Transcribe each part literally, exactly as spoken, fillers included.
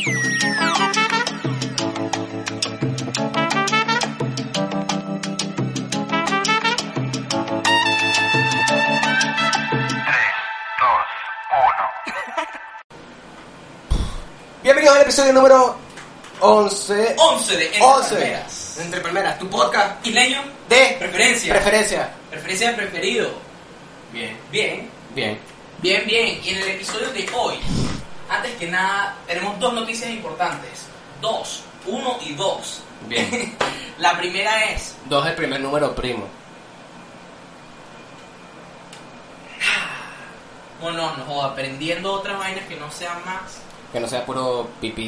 Bienvenidos al episodio número once. once de Entre once. Palmeras. Entre Palmeras, tu podcast Isleño de preferencia. preferencia. Preferencia de preferido. Bien, Bien, bien. bien, bien. Y en el episodio de hoy, antes que nada, tenemos dos noticias importantes. Dos, uno y dos. Bien. La primera es... Dos el primer número primo. Bueno, no joda, aprendiendo otras vainas que no sean más. Que no sea puro pipí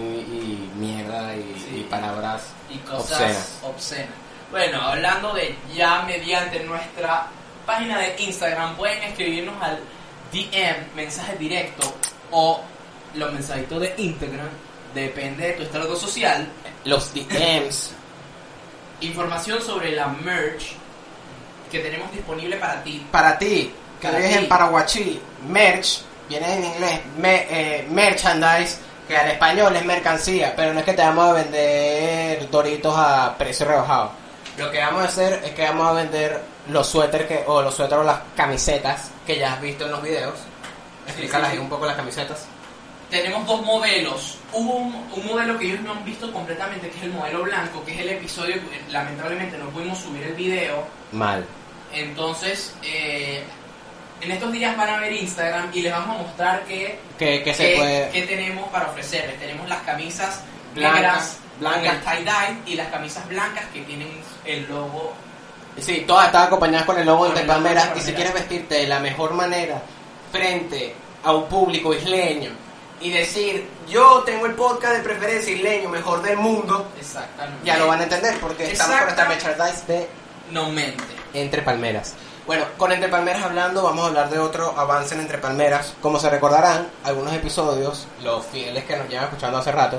y mierda y, Sí. y palabras Y cosas obscenas. obscenas. Bueno, hablando de ya mediante nuestra página de Instagram, pueden escribirnos al D M, mensaje directo, o los mensajitos de Instagram, depende de tu estado social. Los D Ms. Información sobre la merch que tenemos disponible para ti. Para ti, que Para vives ti. en Paraguachí, merch, viene en inglés, me- eh, merchandise, que al español es mercancía, pero no es que te vamos a vender Doritos a precio rebajado. Lo que vamos a hacer es que vamos a vender los suéteres que, o los suéteres o las camisetas que ya has visto en los videos. Explícalas sí, sí. un poco las camisetas. Tenemos dos modelos. Hubo un, un modelo que ellos no han visto completamente, que es el modelo blanco, que es el episodio. Lamentablemente no pudimos subir el video. Mal. Entonces, eh, en estos días van a ver Instagram y les vamos a mostrar que, Que, que se que, puede... que tenemos para ofrecerles. Tenemos las camisas Blancas, negras, blancas. blancas tie-dye, y las camisas blancas que tienen el logo. Sí, todas están acompañadas con el logo Con de el logo de Palmeras. Y Palmeras. si quieres vestirte de la mejor manera frente a un público isleño y decir, yo tengo el podcast de preferencia isleño mejor del mundo, Exactamente. ya lo van a entender porque estamos con esta merchandise de No mente. Entre Palmeras. Bueno, con Entre Palmeras hablando, vamos a hablar de otro avance en Entre Palmeras. Como se recordarán, algunos episodios, los fieles que nos llevan escuchando hace rato,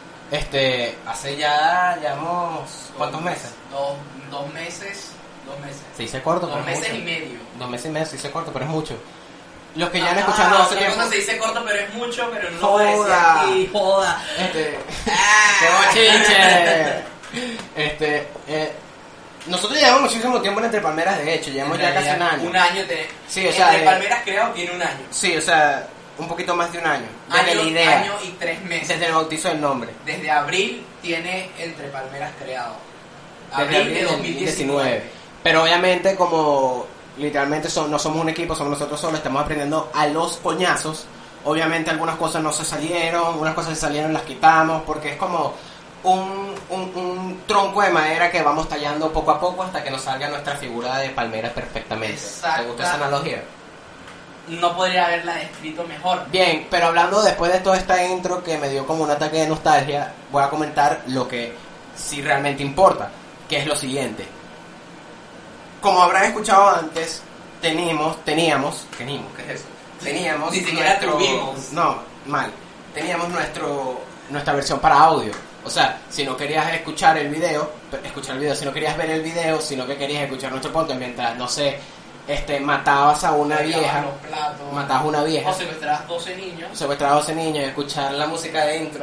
este, hace ya, llevamos, ¿cuántos meses? Dos, dos meses. Dos meses. Se dice corto, Dos pero es meses mucho. y medio. Dos meses y medio, se dice corto, pero es mucho. Los que ya han Ah, escuchado hace otra tiempo... cosa se dice corto, pero es mucho, pero no Joda. lo decía aquí. Joda. Este, Ah. ¡qué bochinche! Este, eh, nosotros llevamos muchísimo tiempo en Entre Palmeras, de hecho, llevamos En ya casi un realidad, año. Un año de... Sí, o sea, Entre eh, Palmeras creado tiene un año. Sí, o sea, un poquito más de un año. Desde Año, la idea, año y tres meses. desde el bautizo del nombre. Desde abril tiene Entre Palmeras creado. Desde Abril, abril de del dos mil diecinueve. Pero obviamente, como literalmente son, no somos un equipo, somos nosotros solos, estamos aprendiendo a los coñazos. Obviamente algunas cosas no se salieron, unas cosas se salieron, las quitamos, porque es como un, un, un tronco de madera que vamos tallando poco a poco hasta que nos salga nuestra figura de palmera perfectamente. Exacto. ¿Te gusta esa analogía? No podría haberla descrito mejor. Bien, pero hablando después de toda esta intro que me dio como un ataque de nostalgia, voy a comentar lo que sí realmente importa, que es lo siguiente. Como habrán escuchado antes, teníamos, teníamos, teníamos, ¿qué es eso? Teníamos Ni siquiera nuestro- tuvimos. No, mal. Teníamos nuestro nuestra versión para audio. O sea, si no querías escuchar el video, escuchar el video, si no querías ver el video, sino que querías escuchar nuestro podcast mientras, no sé, este, matabas a una Cargabas vieja, los platos. matabas a una vieja, O secuestrabas doce niños. secuestrar a doce niños y escuchar la música de intro.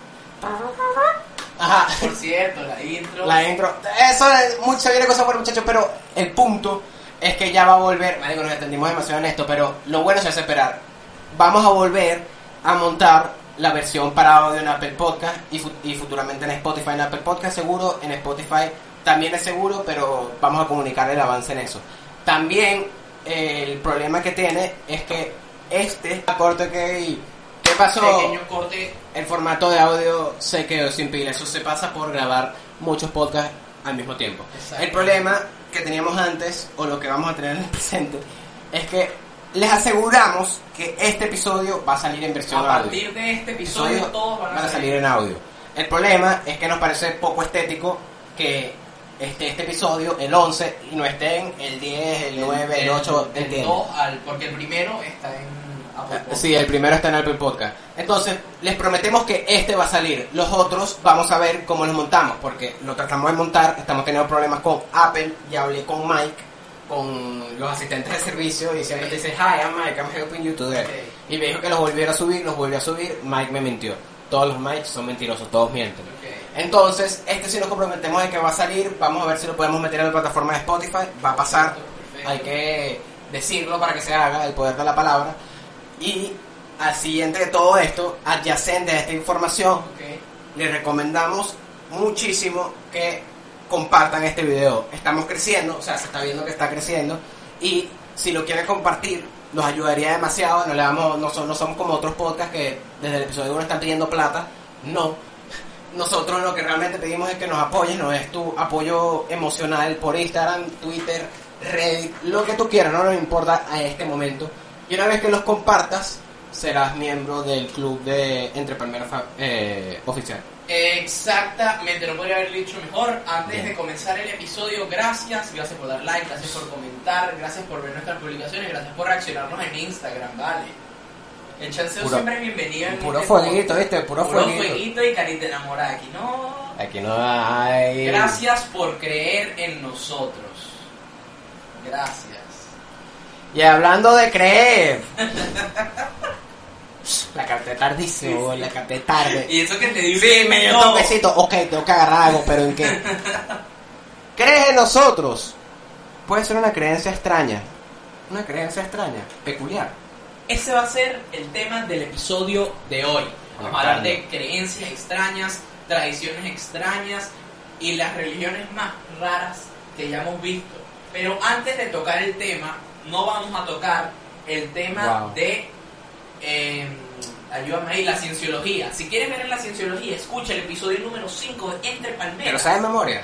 Ajá. Por cierto, la intro. La intro. Eso es mucho, se viene cosa por muchachos, pero el punto es que ya va a volver. Marico, nos entendimos demasiado en esto, pero lo bueno se hace esperar. Vamos a volver a montar la versión para audio en Apple Podcast y, fu- y futuramente en Spotify. En Apple Podcast seguro, en Spotify también es seguro, pero vamos a comunicar el avance en eso. También eh, el problema que tiene es que este corte que ¿qué pasó? Pequeño corte. El formato de audio se quedó sin pila. Eso se pasa por grabar muchos podcasts al mismo tiempo. Exacto. El problema que teníamos antes, o lo que vamos a tener en el presente, es que les aseguramos que este episodio va a salir en versión A audio. partir de este episodio, Episodio todos van a, van a salir. salir en audio. El problema es que nos parece poco estético que este, este episodio, el once, y no estén el diez, el nueve, el ocho, el ¿entiendes? dos al, porque el primero está en Apple Podcast. Sí, el primero está en Apple Podcast. Entonces, les prometemos que este va a salir. Los otros vamos a ver cómo los montamos, porque lo tratamos de montar, estamos teniendo problemas con Apple, ya hablé con Mike, con los asistentes de servicio, y siempre te dice, hi, I'm Mike, I'm helping you today. Okay. Y me dijo que los volviera a subir, los volvió a subir, Mike me mintió. todos los Maichi son mentirosos, todos mienten. Ok. Entonces, este sí nos comprometemos de que va a salir, vamos a ver si lo podemos meter en la plataforma de Spotify, va a pasar, Perfecto. hay que decirlo para que se haga, el poder de la palabra. Y al siguiente de todo esto, adyacente a esta información, Ok. les recomendamos muchísimo que compartan este video. Estamos creciendo, o sea, se está viendo que está creciendo, y si lo quieren compartir, nos ayudaría demasiado. No le damos, no, son- no somos como otros podcasts que desde el episodio uno están pidiendo plata. No, nosotros lo que realmente pedimos es que nos apoyen, no es tu apoyo emocional por Instagram, Twitter, Reddit, lo que tú quieras, no nos importa a este momento. Y una vez que los compartas, serás miembro del club de Entre Palmeras Fa- eh, oficial. Exactamente, no podría haber dicho mejor. Antes Bien. de comenzar el episodio, gracias, gracias por dar like, gracias por comentar, gracias por ver nuestras publicaciones, gracias por reaccionarnos en Instagram, vale. El chanceo Puro- siempre es bienvenido en Puro este fueguito, podcast. ¿viste? Puro, Puro fueguito. fueguito y carita enamorada aquí, no. Aquí no hay. Gracias por creer en nosotros. Gracias. Y hablando de creer. La capté tardísimo, Sí, sí. la capté tarde. Y eso que te di un Sí, me dio un no. toquecito. Ok, tengo que agarrar algo, pero ¿en qué? ¿Crees en nosotros? Puede ser una creencia extraña. Una creencia extraña, peculiar. Ese va a ser el tema del episodio de hoy. Vamos a hablar de creencias extrañas, tradiciones extrañas y las religiones más raras que ya hemos visto. Pero antes de tocar el tema, no vamos a tocar el tema Wow. de, eh, ayúdame ahí, la cienciología. Si quieren ver en la cienciología, escucha el episodio número cinco de Entre Palmeras. ¿Pero sabes de memoria?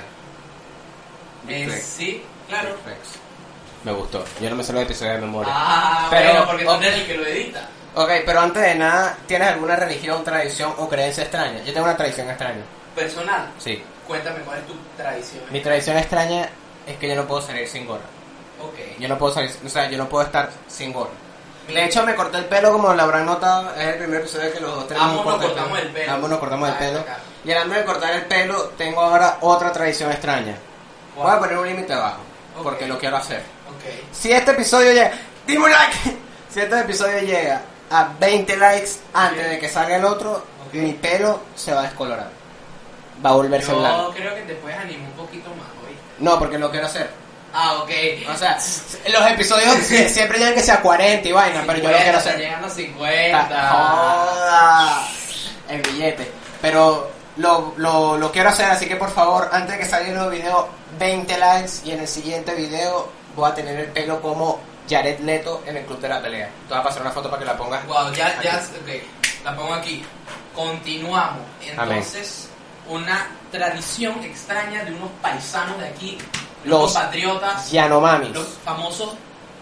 Eh, Big Flex. sí, claro. Big Flex. Me gustó. Yo no me sé los episodios de memoria. Ah, Pero- bueno, porque tú ok. eres el que lo edita. Ok, pero antes de nada, ¿tienes alguna religión, tradición o creencia extraña? Yo tengo una tradición extraña. Personal, Sí. cuéntame cuál es tu tradición. Mi tradición extraña es que yo no puedo salir sin gorra. Ok. Yo no puedo salir, o sea, yo no puedo estar sin gorra. De hecho, me corté el pelo, como lo habrán notado, es el primer episodio que los dos tenemos Ambos un nos corte de cortamos el pelo. Ambos nos cortamos el Ah, pelo. acá. Y hablando de cortar el pelo, tengo ahora otra tradición extraña. ¿Cuál? Voy a poner un límite abajo, Ok. porque lo quiero hacer. Ok. Si este episodio llega, dime un like. Si este episodio llega a veinte likes antes Ok. de que salga el otro, Ok. mi pelo se va a descolorar. Va a volverse blanco. Yo creo que te puedes animar un poquito más, ¿oíste? No, porque lo quiero hacer. Ah, ok. O sea, los episodios sie- siempre llegan que sea cuarenta y vaina, pero yo lo quiero hacer. Llegando a cincuenta. Joda, el billete. Pero lo, lo, lo quiero hacer, así que por favor, antes de que salga el nuevo video, veinte likes. Y en el siguiente video voy a tener el pelo como Jared Leto en el Club de la Pelea. Te voy a pasar una foto para que la pongas. Wow, ya, aquí. ya, ok. La pongo aquí. Continuamos. Entonces, una tradición extraña de unos paisanos de aquí, los Los compatriotas, Yanomamis. los famosos.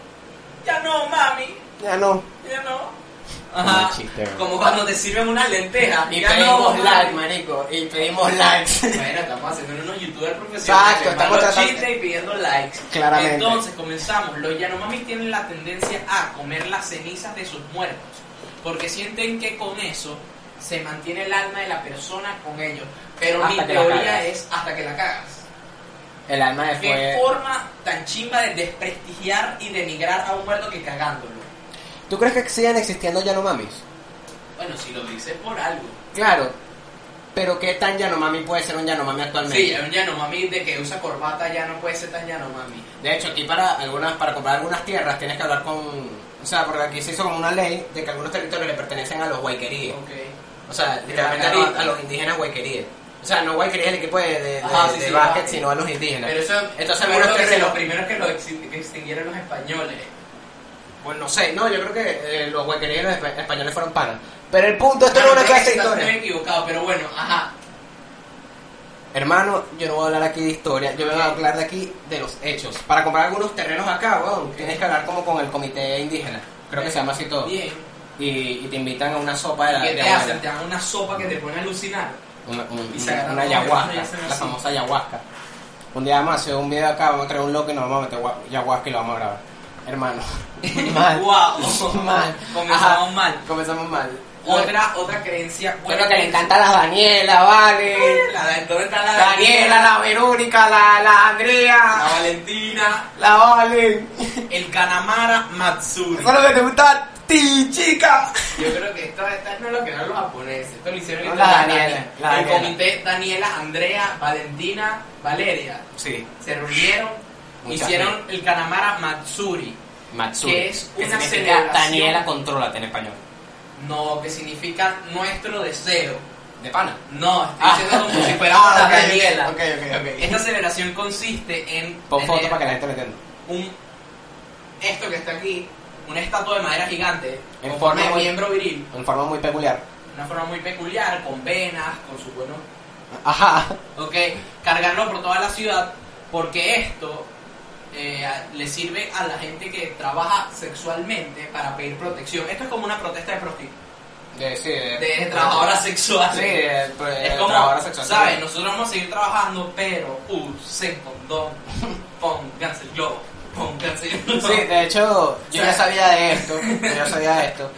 Ya no, mami. Ya no. Ya no. Como Ajá. el chiste, ¿no? Como cuando te sirven una lenteja. Y Ya pedimos no, likes, mami. marico. Y pedimos likes. Bueno, estamos haciendo unos youtubers profesionales. Exacto, estamos mandando tratando- chistes y pidiendo likes. Claramente. Entonces, comenzamos. Los Yanomamis tienen la tendencia a comer las cenizas de sus muertos. Porque sienten que con eso se mantiene el alma de la persona con ellos. Pero Hasta mi que la teoría cagas. es hasta que la cagas. El alma de Qué fue. forma tan chimba de desprestigiar y denigrar a un muerto que cagándolo. ¿Tú crees que sigan existiendo Yanomamis? Bueno, si lo dices por algo. Claro. Pero ¿qué tan Yanomami puede ser un Yanomami actualmente? Sí, un Yanomami de que usa corbata ya no puede ser tan Yanomami. De hecho, aquí para algunas para comprar algunas tierras tienes que hablar con... O sea, porque aquí se hizo como una ley de que algunos territorios le pertenecen a los huayqueríes. Ok. O sea, literalmente a Ajá. los, a los indígenas huayqueríes. O sea, no huayqueríes el equipo de, de, Ajá, de- sí, de sí, básquet, ajá. sino a los indígenas. Pero eso, Entonces, me algunos acuerdo que terrenos... los primeros que lo extin- que extinguieron los españoles. Pues no sé, no, yo creo que eh, los huayqueríes y los espa- españoles fueron panas. Pero el punto, esto no es una clase de Quizás historia. me he equivocado, pero bueno, ajá. Hermano, yo no voy a hablar aquí de historia, yo voy a hablar de aquí de los hechos. Para comprar algunos terrenos acá, weón, tienes que hablar como con el comité indígena. Creo que se llama así todo. Bien. Y, y te invitan a una sopa de la ¿Qué de te abuela. hacen? Te dan una sopa que te pone a alucinar. Una, un- Y se agarran una todos los ayahuasca, brazos y hacen la así. famosa ayahuasca. Un día vamos a hacer un video acá, vamos a traer un loco y nos vamos a meter gua- ayahuasca y lo vamos a grabar. Hermano, mal. Wow. Mal. Comenzamos Ajá, mal. Comenzamos mal. Otra, otra creencia. Creo que le encantan las Daniela, vale. La de- ¿Dónde está la Daniela, la Verónica, la, la La Andrea, Valentina. la Vale. El Kanamara Matsuri. Eso es lo que te gusta. ti, chica. Yo creo que esto, esto no es lo que eran los japoneses. Esto lo hicieron No, entre la la- Daniela, la el Daniela. comité Daniela, Andrea, Valentina, Valeria. Sí, Se reunieron, Mucha hicieron gente. el Kanamara Matsuri. Matsuri. Que es Que una significa celebración. Daniela, contrólate en español. No, que significa nuestro deseo. De pana. No, estoy Ah. diciendo como si fuéramos Ah, la ok, ok, Daniela. ok, ok, ok. Esta celebración consiste en Pon foto tener para que la gente lo entienda. un esto que está aquí, una estatua de madera gigante En con forma forma de muy- miembro viril, En forma muy peculiar. una forma muy peculiar, con venas, con su bueno, Ajá. ok, cargarlo por toda la ciudad, porque esto eh, a- le sirve a la gente que trabaja sexualmente para pedir protección. Esto es como una protesta de prostitución. De, sí, de, De trabajadoras sexuales. Sí, de, pues, Es de como, trabajadora sexual. ¿sabes? Nosotros vamos a seguir trabajando, pero usen condón, pónganse el globo, pónganse el globo. Sí, de hecho, yo O ya sea, sabía de esto. Yo ya sabía de esto.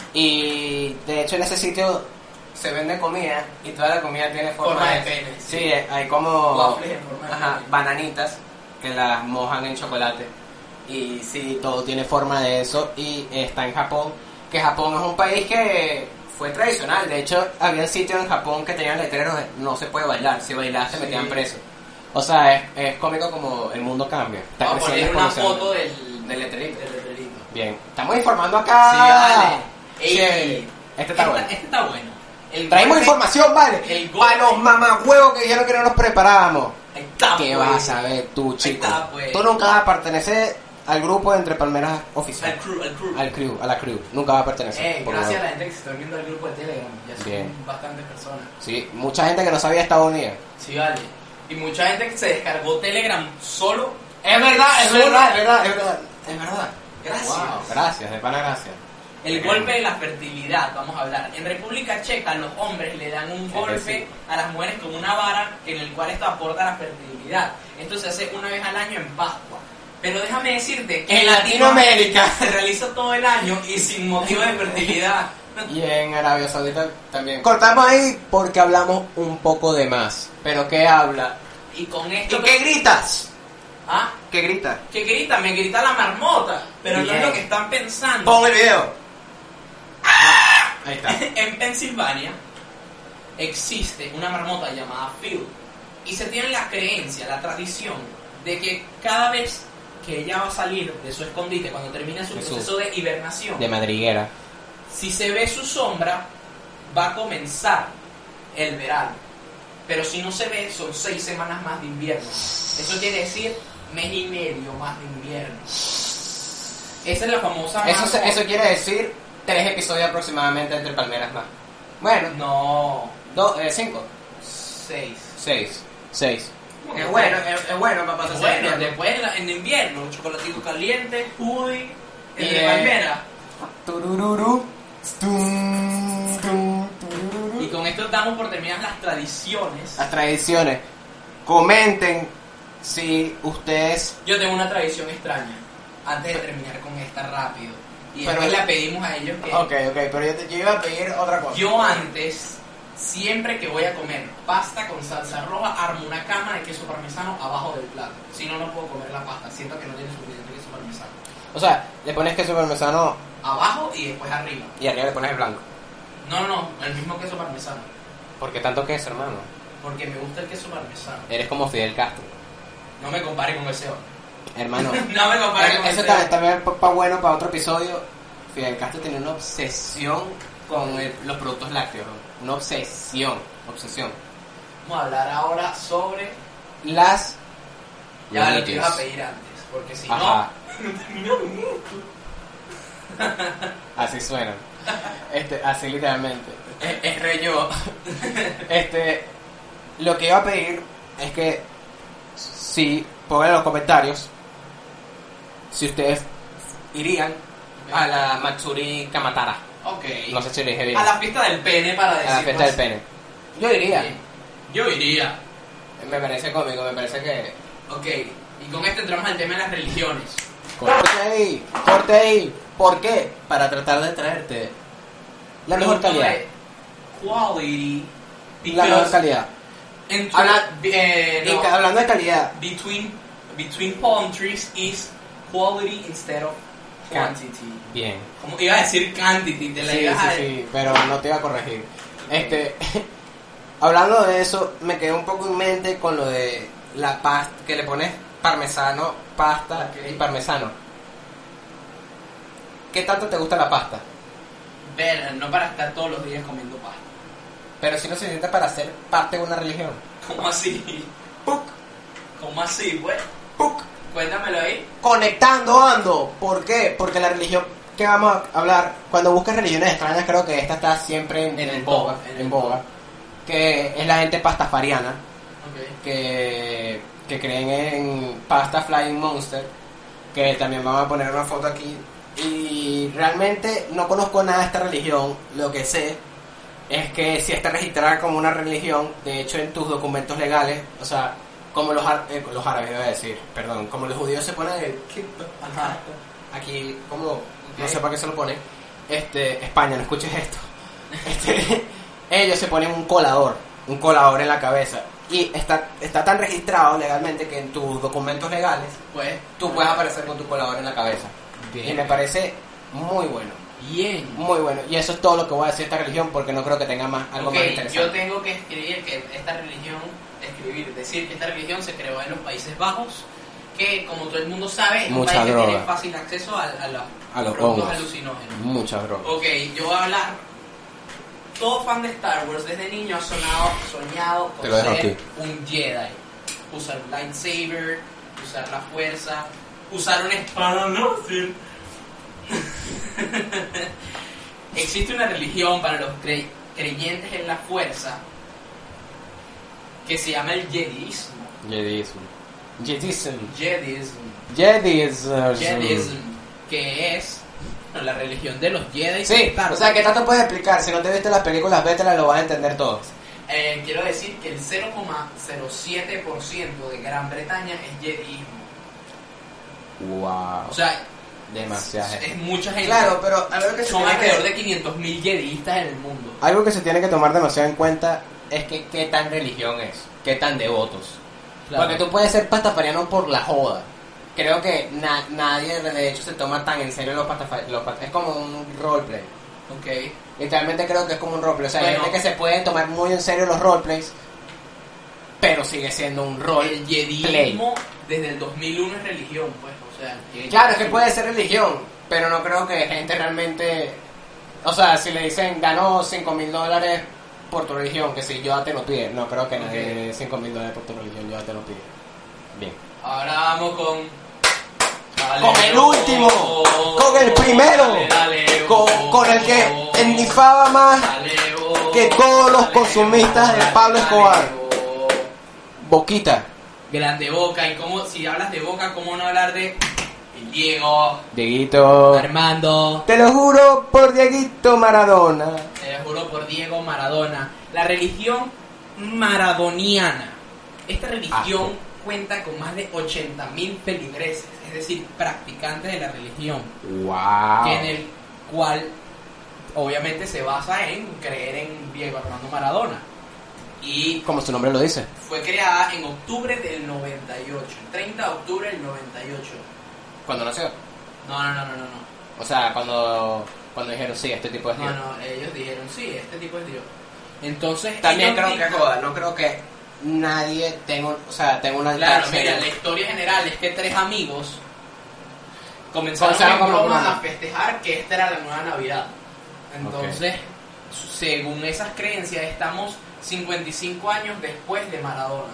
Y de hecho, en ese sitio se vende comida y toda la comida tiene forma, Forma de pene, Sí, sí. hay como Waffles en forma de ajá, pene. bananitas que las mojan en chocolate. Y sí, todo tiene forma de eso. Y está en Japón. Que Japón es un país que fue tradicional. De hecho, había sitios en Japón que tenían letreros de no se puede bailar. Si bailas te Sí. metían preso. O sea, es, es cómico como el mundo cambia. Está Vamos a creciendo poner una exponencialmente. foto del, Del letrerito. del letrerito. Bien, estamos informando acá. Sí, vale. Sí, Ey, este está bueno. Este está bueno. El Traemos golpe- información, vale. el golpe- Para los mamagüevos que dijeron que no nos preparábamos. Ahí está, ¿Qué pues. vas a ver tú, chico? está, pues. Tú nunca vas a pertenecer al grupo de Entre Palmeras oficial. Al crew, al crew. Al crew, a la crew. Nunca vas a pertenecer. Eh, por gracias a favor. la gente que se está uniendo al grupo de Telegram. Ya son Bien. bastantes personas. Sí, mucha gente que no sabía estaba unida. Sí, vale. Y mucha gente que se descargó Telegram solo. Es verdad, es verdad, es verdad, es verdad. Es verdad. Gracias. Wow, gracias, de pana gracias. El golpe de la fertilidad, vamos a hablar. En República Checa los hombres le dan un Sí, golpe sí. a las mujeres con una vara en el cual esto aporta la fertilidad. Esto se hace una vez al año en Pascua. Pero déjame decirte que En Latinoamérica. se realiza todo el año y sin motivo de fertilidad. Y en Arabia Saudita también. Cortamos ahí porque hablamos un poco de más. ¿Pero qué habla? Y con esto... ¿Y qué gritas? ¿Ah? ¿Qué gritas? ¿Qué grita? Me grita la marmota. Pero no Bien. es lo que están pensando. Pon el video. Ahí está. En Pensilvania existe una marmota llamada Phil y se tiene la creencia, la tradición de que cada vez que ella va a salir de su escondite cuando termine su De su- proceso de hibernación, De madriguera. si se ve su sombra va a comenzar el verano, pero si no se ve son seis semanas más de invierno. Eso quiere decir mes y medio más de invierno. Esa es la famosa Eso, se- marmota. eso quiere decir tres episodios aproximadamente entre palmeras más. Bueno, No, dos, eh, cinco. seis. Seis. Seis. ¿Cómo que Es bueno, seis? es, es bueno para pasarse Bueno, invierno. después en, la- en invierno, un chocolatico caliente, uy, entre Bien. palmera. Turururu, tum, tum, turururu. Y con esto damos por terminadas las tradiciones. Las tradiciones. Comenten si ustedes... Yo tengo una tradición extraña, antes de terminar con esta rápido. Y Pero- después la pedimos a ellos que Ok, ok, pero yo, te- yo iba a pedir otra cosa. yo antes, siempre que voy a comer pasta con salsa roja, armo una cama de queso parmesano abajo del plato. Si no, no puedo comer la pasta. Siento que no tiene suficiente queso parmesano. O sea, le pones queso parmesano Abajo y después arriba. y arriba le pones el blanco. No, no, no, el mismo queso parmesano. ¿Por qué tanto queso, hermano? Porque me gusta el queso parmesano. Eres como Fidel Castro. No me compare con el Seba. Hermano. No me compare con el Eso Seba. también, también pa bueno para otro episodio. Fidel Castro tenía una obsesión con el- los productos lácteos. ¿No? Una obsesión. Obsesión. Vamos a hablar ahora sobre... Las... Ya lo Luigi's. que ibas a pedir antes. Porque si Ajá. no... no terminamos esto. Así suenan. Este, así literalmente. Es, es re yo. Este, lo que iba a pedir es que si pongan en los comentarios si ustedes irían a la Matsuri Kamatara. Ok. No sé si lo dije bien. A la fiesta del pene para A decir la fiesta del pene. Yo iría. Yo iría. Me parece cómico, me parece que... Ok. Y con esto entramos al tema de las religiones. Corte ahí, corte ahí. ¿Por qué? Para tratar de traerte la mejor Producto calidad. de Quality. La mejor because calidad. entre- Habla- eh, Y no, ca- hablando de calidad, between, between palm trees is quality instead of Quantity. Bien. Como iba a decir quantity, te la Sí, ibas sí, a... sí, pero no te iba a corregir. Este, hablando de eso, me quedé un poco en mente con lo de la pasta, que le pones parmesano, pasta Ok. y parmesano. ¿Qué tanto te gusta la pasta? Ver, no para estar todos los días comiendo pasta. Pero si no se necesita para ser parte de una religión. ¿Cómo así? ¡Puc! ¿Cómo así, pues? ¡Puc! Cuéntamelo ahí. Conectando ando. ¿Por qué? Porque la religión que vamos a hablar, cuando buscas religiones extrañas, creo que esta está siempre en, En en el boga, top, en en el boga, que es la gente pastafariana, Ok. que, que creen en Pasta Flying Monster, que también vamos a poner una foto aquí. Y realmente no conozco nada de esta religión. Lo que sé es que si está registrada como una religión, de hecho en tus documentos legales, o sea, como los, ar- eh, los árabes, iba a decir, perdón, como los judíos se ponen el Ajá. aquí, como, no Ok. sé para qué se lo ponen, este, España, no escuches esto, este, ellos se ponen un colador, un colador en la cabeza, y está, está tan registrado legalmente que en tus documentos legales, Pues, tú puedes aparecer con tu colador en la cabeza. Bien. Y me parece muy bueno, bien. muy bueno. Y eso es todo lo que voy a decir de esta religión, porque no creo que tenga más algo Ok, más interesante. yo tengo que escribir que esta religión, escribir, decir que esta religión se creó en los Países Bajos, que como todo el mundo sabe, es un Mucha país que droga. tiene fácil acceso a, a los, A los productos hongos. alucinógenos. Muchas drogas. Ok, yo voy a hablar. Todo fan de Star Wars desde niño ha sonado, soñado Te con lo dejo ser aquí. un Jedi. Usar un lightsaber, usar la fuerza, usar una espada láser. Existe una religión para los cre- creyentes en la fuerza que se llama el Jediismo. Jedism. Jedism. Jedism. Jedism. Jedism, que es la religión de los Jedi. Sí, o sea, ¿qué tanto puedes explicar? Si no te viste las películas, vételas, lo vas a entender todo. Eh, quiero decir que el cero coma cero siete por ciento de Gran Bretaña es Jediismo. Wow. O sea, Demasiada es, gente. es mucha gente. Claro, pero algo que se Son tiene alrededor que, de quinientos mil Jedistas en el mundo. algo que se tiene que tomar demasiado en cuenta es que qué tan religión es, qué tan devotos. Porque tú puedes ser pastafariano por la joda. Creo que na- nadie de hecho se toma tan en serio los pastafarianos. Es como un roleplay. Ok. Literalmente creo que es como un roleplay. O sea, hay Bueno. gente que se puede tomar muy en serio los roleplays, pero sigue siendo un roleplay. El Jedismo desde el dos mil uno es religión, pues. O sea, tiene Claro, es que puede ser religión, pero no creo que gente realmente... O sea, si le dicen, ganó cinco mil dólares por tu religión, que si yo te lo pide. No creo que nadie Ok. dé cinco mil dólares por tu religión, yo te lo pide. Bien. Ahora vamos con. Dale, Con el oh, último, oh, con el primero, dale, dale, Con, oh, con el que oh, ennifaba más dale, oh, que todos los dale, consumistas oh, de dale, Pablo dale, Escobar. oh. Boquita. Grande Boca, y cómo, si hablas de Boca, ¿cómo no hablar de Diego, Dieguito. Armando? Te lo juro por Dieguito Maradona. Te juro por Diego Maradona. La religión maradoniana. Esta religión Asco. cuenta con más de ochenta mil feligreses, es decir, practicantes de la religión, Wow. que en el cual obviamente se basa en creer en Diego Armando Maradona. Y Como su nombre lo dice. fue creada en octubre del noventa y ocho, el treinta de octubre del noventa y ocho. Cuando nació. No, no, no, no, no. no. O sea, cuando, cuando dijeron, sí, este tipo es No, Dios. no, ellos dijeron, sí, este tipo es Dios. Entonces, También ellos creo que dijeron- joda, no creo que nadie tenga, o sea, tenga una Claro, alcance. mira, la historia general es que tres amigos comenzaron Comenzaron en como broma broma. a festejar que esta era la nueva Navidad. Entonces, según esas creencias, estamos cincuenta y cinco años después de Maradona.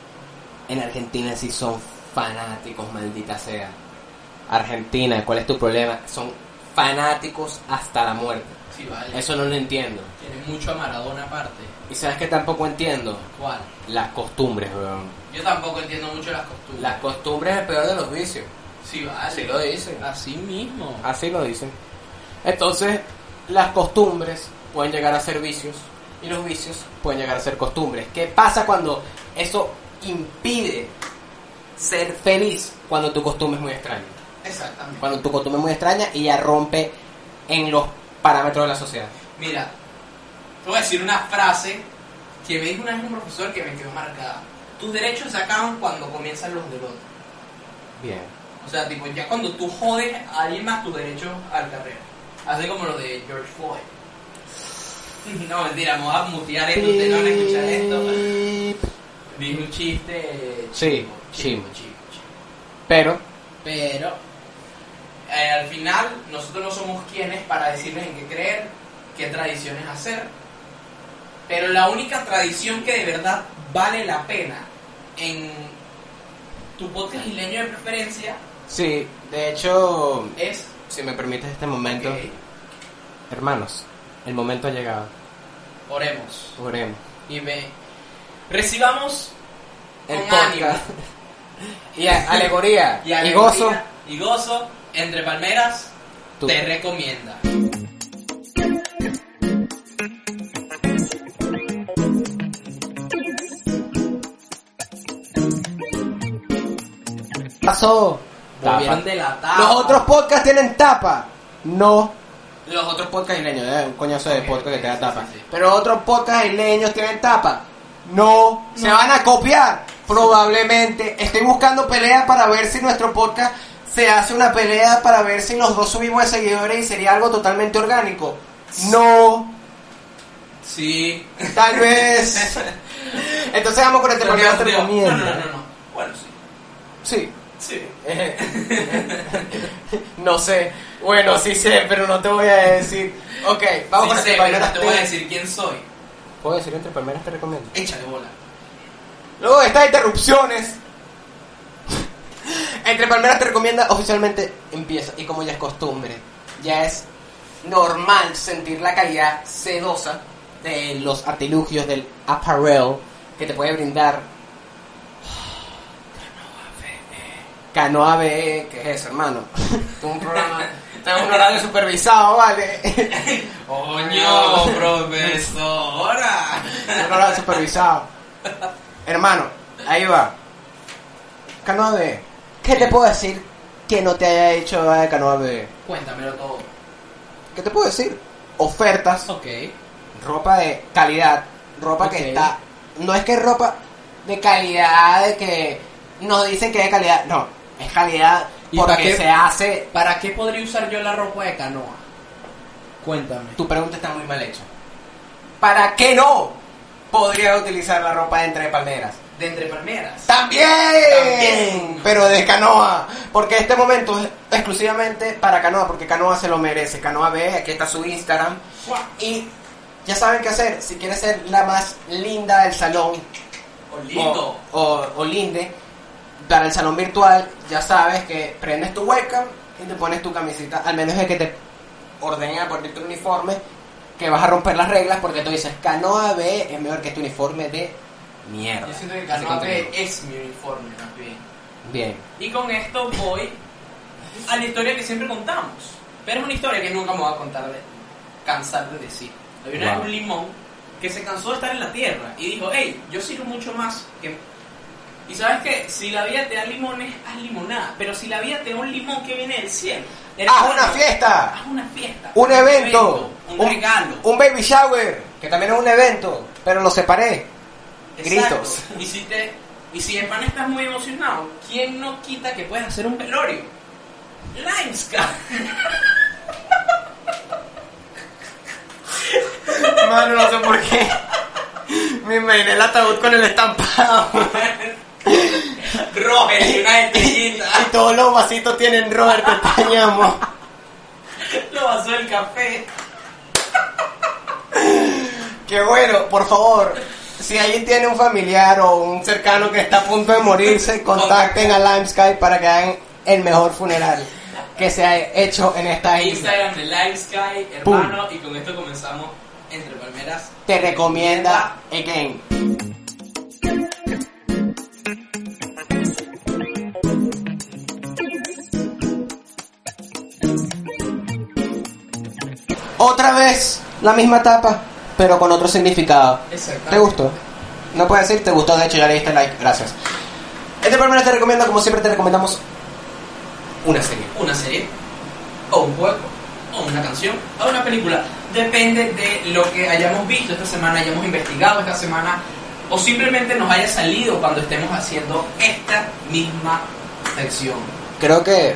En Argentina sí son fanáticos, maldita sea. Argentina, ¿cuál es tu problema? Son fanáticos hasta la muerte. Sí, vale. Eso no lo entiendo. Tiene mucho a Maradona aparte. ¿Y sabes qué tampoco entiendo? ¿Cuál? Las costumbres, weón. Yo tampoco entiendo mucho las costumbres. Las costumbres es el peor de los vicios. Sí, vale. Así lo dicen. Así mismo. Así lo dicen. Entonces, las costumbres pueden llegar a ser vicios y los vicios pueden llegar a ser costumbres. ¿Qué pasa cuando eso impide ser feliz? Cuando tu costumbre es muy extraña. Exactamente. Cuando tu costumbre es muy extraña y ya rompe en los parámetros de la sociedad. Mira, te voy a decir una frase que me dijo una vez un profesor que me quedó marcada. Tus derechos se acaban cuando comienzan los del otro. Bien. O sea, tipo, ya cuando tú jodes a alguien más tus derechos al carrera. Así como lo de George Floyd. No, mentira, vamos a mutear esto, ustedes no van a escuchar esto. Dije un chiste. Sí, chico, sí. chico, chico. Pero, Pero, eh, al final, nosotros no somos quienes para decirles en qué creer, qué tradiciones hacer. Pero la única tradición que de verdad vale la pena en tu podcast isleño de preferencia sí, de hecho, es... si me permites este momento, Ok, hermanos, el momento ha llegado. oremos Oremos. y ve, recibamos El con ánimo podcast. Y a- alegoría. y, Y, alegría gozo. y gozo entre palmeras Tú. te recomienda. Pasó. Volvieron Tapa. de la tapa. Los otros podcasts tienen tapa. No. Los otros podcasts isleños, ¿eh? Un coñazo de Ok, podcast ok, que tenga sí, tapa. sí, sí. Pero otros podcasts isleños tienen tapa. No. Se No. van a copiar. Probablemente. Estoy buscando peleas para ver si nuestro podcast se hace una pelea para ver si los dos subimos de seguidores y sería algo totalmente orgánico. No. Sí. Tal vez. Entonces vamos con el Pero termómetro Dios, te Dios. recomienda. No, no, no, no, no. Bueno, sí. Sí. Sí. No sé. Bueno, sí sé, pero no te voy a decir. Ok, vamos Sí con sé, Entre pero Palmeras. no te voy a te- decir quién soy. ¿Puedo decir Entre Palmeras te recomiendo? Échale bola. Luego de estas interrupciones, Entre Palmeras te recomienda oficialmente empieza. Y como ya es costumbre, ya es normal sentir la calidad sedosa de los artilugios del apparel que te puede brindar Canoa B E. ¿Qué es eso, hermano? Esto es un programa, esto es un horario supervisado, ¿vale? Coño, profesora. Es un horario supervisado. Hermano, ahí va. Canoa B E. ¿Qué te puedo decir que no te haya hecho de Canoa B E? Cuéntamelo todo. ¿Qué te puedo decir? Ofertas, Ok. ropa de calidad, ropa Ok. que está... No es que es ropa de calidad, de que nos dicen que es de calidad, no. Es calidad ¿Y para porque qué? se hace... ¿Para qué podría usar yo la ropa de canoa? Cuéntame. Tu pregunta está muy mal hecha. ¿Para qué no podría utilizar la ropa de Entre Palmeras? De entre palmeras. ¡También! También. Pero de Canoa. Porque este momento es exclusivamente para Canoa, porque Canoa se lo merece. Canoa B, aquí está su Instagram. Y ya saben qué hacer. Si quieres ser la más linda del salón, O lindo. o, o, o linde, para el salón virtual, ya sabes que prendes tu webcam y te pones tu camiseta, al menos de que te ordenen a ponerte tu uniforme, que vas a romper las reglas porque tú dices, Canoa B es mejor que tu uniforme de mierda. Yo siento que Así canoa continúa. B es mi uniforme, más bien. Bien. Y con esto voy a la historia que siempre contamos. Pero es una historia que nunca me voy a contar de cansar de decir. Había una vez Wow. un limón que se cansó de estar en la tierra y dijo, hey, yo sirvo mucho más que... Y sabes que si la vida te da limones, haz limonada. Pero si la vida te da un limón que viene del cielo, ¡Haz hermano, una fiesta! Haz una fiesta. Un evento, Un, regalo. un baby shower, que también es un evento, pero lo separé. Exacto. Gritos. Y si te y si de pan estás muy emocionado, ¿quién no quita que puedes hacer un velorio? Limescar. Mano, no sé por qué. Me imaginé el ataúd con el estampado. Roger y una estrellita. Y todos los vasitos tienen Robert, te extrañamos. Lo pasó el café. Qué bueno, por favor. Si alguien tiene un familiar o un cercano que está a punto de morirse, contacten a Limesky para que hagan el mejor funeral que se ha hecho en esta isla. Instagram de Limesky, hermano. Y con esto comenzamos Entre Palmeras. Te recomienda again. Otra vez la misma tapa, pero con otro significado. Exacto. ¿Te gustó? No puedes decir te gustó, de hecho ya le diste like, gracias. Este primero te recomiendo, como siempre te recomendamos una serie. Una serie, o un juego, o una canción, o una película. Depende de lo que hayamos visto esta semana, hayamos investigado esta semana, o simplemente nos haya salido cuando estemos haciendo esta misma sección. creo que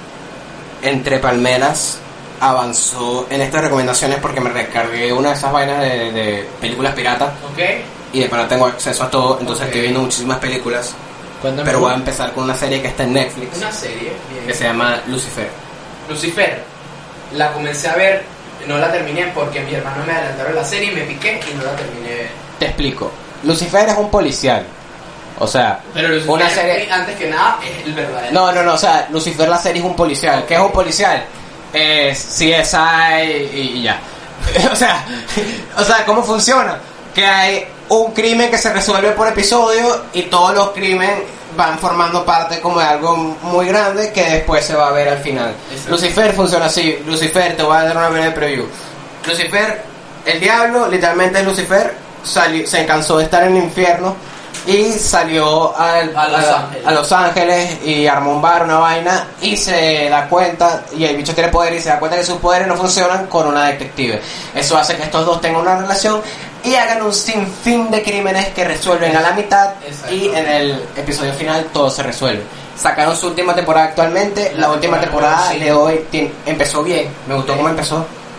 Entre Palmeras avanzó en estas recomendaciones porque me recargué una de esas vainas de, de películas piratas Ok. y de para tengo acceso a todo, entonces Ok. estoy viendo muchísimas películas. Cuéntame. Pero voy a empezar con una serie que está en Netflix Una serie. Bien. que se llama Lucifer. Lucifer. La comencé a ver, no la terminé porque mi hermano me adelantaron la serie y me piqué y no la terminé. Te explico. Lucifer es un policial. O sea, Pero Lucifer, una serie... antes que nada, es el verdadero. No, no, no, o sea, Lucifer la serie es un policial. ¿Qué es un policial? Es C S I y, y ya. o sea, o sea, ¿cómo funciona? Que hay un crimen que se resuelve por episodio y todos los crímenes van formando parte como de algo muy grande que después se va a ver al final. Exacto. Lucifer funciona así. Lucifer, te voy a dar una breve preview. Lucifer, el diablo, literalmente es Lucifer, salió, se cansó de estar en el infierno y salió al- A Los a, Ángeles. a Los Ángeles y armó un bar, una vaina, y se da cuenta, y el bicho tiene poder y se da cuenta que sus poderes no funcionan con una detective. Eso hace que estos dos tengan una relación y hagan un sinfín de crímenes que resuelven a la mitad. Exacto. Y en el episodio final todo se resuelve. Sacaron su última temporada actualmente. La, La última temporada temporada sí. de hoy tien- empezó bien, me gustó Ok. cómo empezó.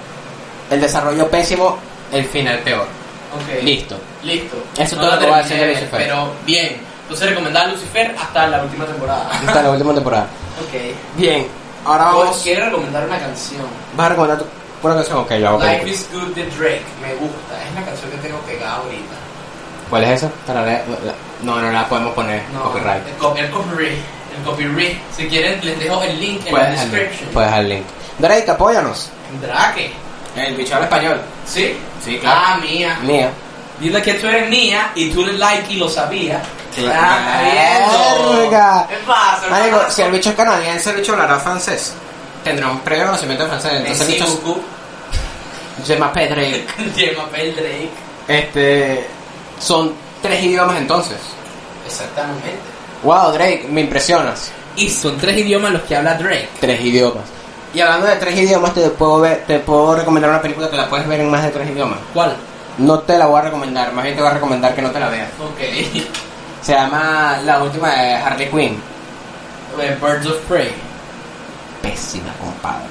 El desarrollo pésimo, el final peor. Ok. Listo. Listo. Eso es No todo la lo que voy a terminé decir de ver, Lucifer. Pero bien. Entonces recomendaba Lucifer hasta la última temporada. Hasta la última temporada. Ok. Bien, ahora vamos. Quiero recomendar una canción. ¿Vas a recomendar tu- una canción? Ok, yo hago Life película. is Good de Drake. Me gusta. Es la canción que tengo pegada ahorita. ¿Cuál es esa? Tararea- No, no la podemos poner. No, Copyright. El, co- el copyright. El copyright. Si quieren, les dejo el link en Puedes la dejar el link. description. Puedes dejar el link. Drake, apóyanos. Drake. El bicho habla español. ¿Sí? Sí, claro. Ah, mía. Mía. Dile que tú eres mía y tú le like y lo sabía. Claro. Ah, viendo. Verga. ¿Qué pasa? Marico, hermano? si el bicho es canadiense, el bicho hablará francés. Tendrá un previo conocimiento de francés. Entonces el Merci bicho beaucoup. se llama Drake. Tiene papel Drake. Este. Son tres idiomas entonces. Exactamente. Wow, Drake, me impresionas. Y son tres idiomas los que habla Drake. Tres idiomas. Y hablando de tres idiomas, te puedo ver, te puedo recomendar una película que la puedes ver en más de tres idiomas. ¿Cuál? No te la voy a recomendar, más bien te voy a recomendar que no te la veas. Ok. Se llama la última de Harley Quinn. Eh, Birds of Prey. Pésima, compadre.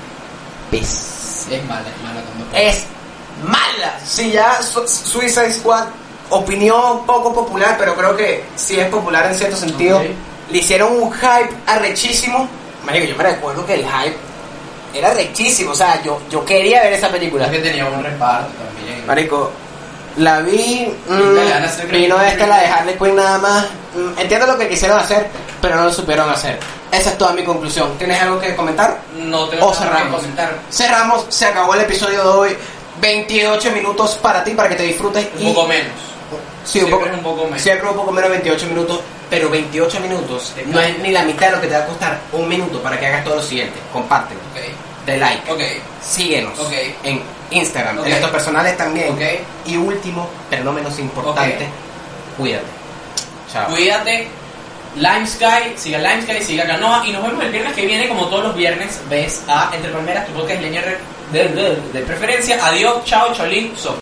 Pésima. Es mala, es mala como Es mala. Si ya Su- Suicide Squad, opinión poco popular, pero creo que sí es popular en cierto sentido. Ok. Le hicieron un hype arrechísimo. Marico, yo me recuerdo que el hype era arrechísimo. O sea, yo, yo quería ver esa película. Es que tenía un reparto también. Marico, la vi. le van a hacer Mm, vino creer- esta, la de Harley Quinn nada más. Mm, entiendo lo que quisieron hacer, pero no lo supieron hacer. Esa es toda mi conclusión. ¿Tienes algo que comentar? No tengo O nada que cerramos. comentar. Cerramos, se acabó el episodio de hoy. veintiocho minutos para ti, para que te disfrutes. Un poco menos. Sí, un Siempre poco, es un poco menos. Siempre un poco menos de veintiocho minutos, pero veintiocho minutos Te no es cambia. ni la mitad de lo que te va a costar un minuto para que hagas todo lo siguiente. Compártelo, Ok. de like, Ok. síguenos Ok. en Instagram, Ok. en estos personales también. Ok. Y último, pero no menos importante, cuídate. Chao. Cuídate. Lime Sky, siga Lime Sky, siga Canoa y nos vemos el viernes que viene, como todos los viernes, ves a Entre Palmeras, tu podcast leña de, de, de preferencia. Adiós, chao, cholín, so.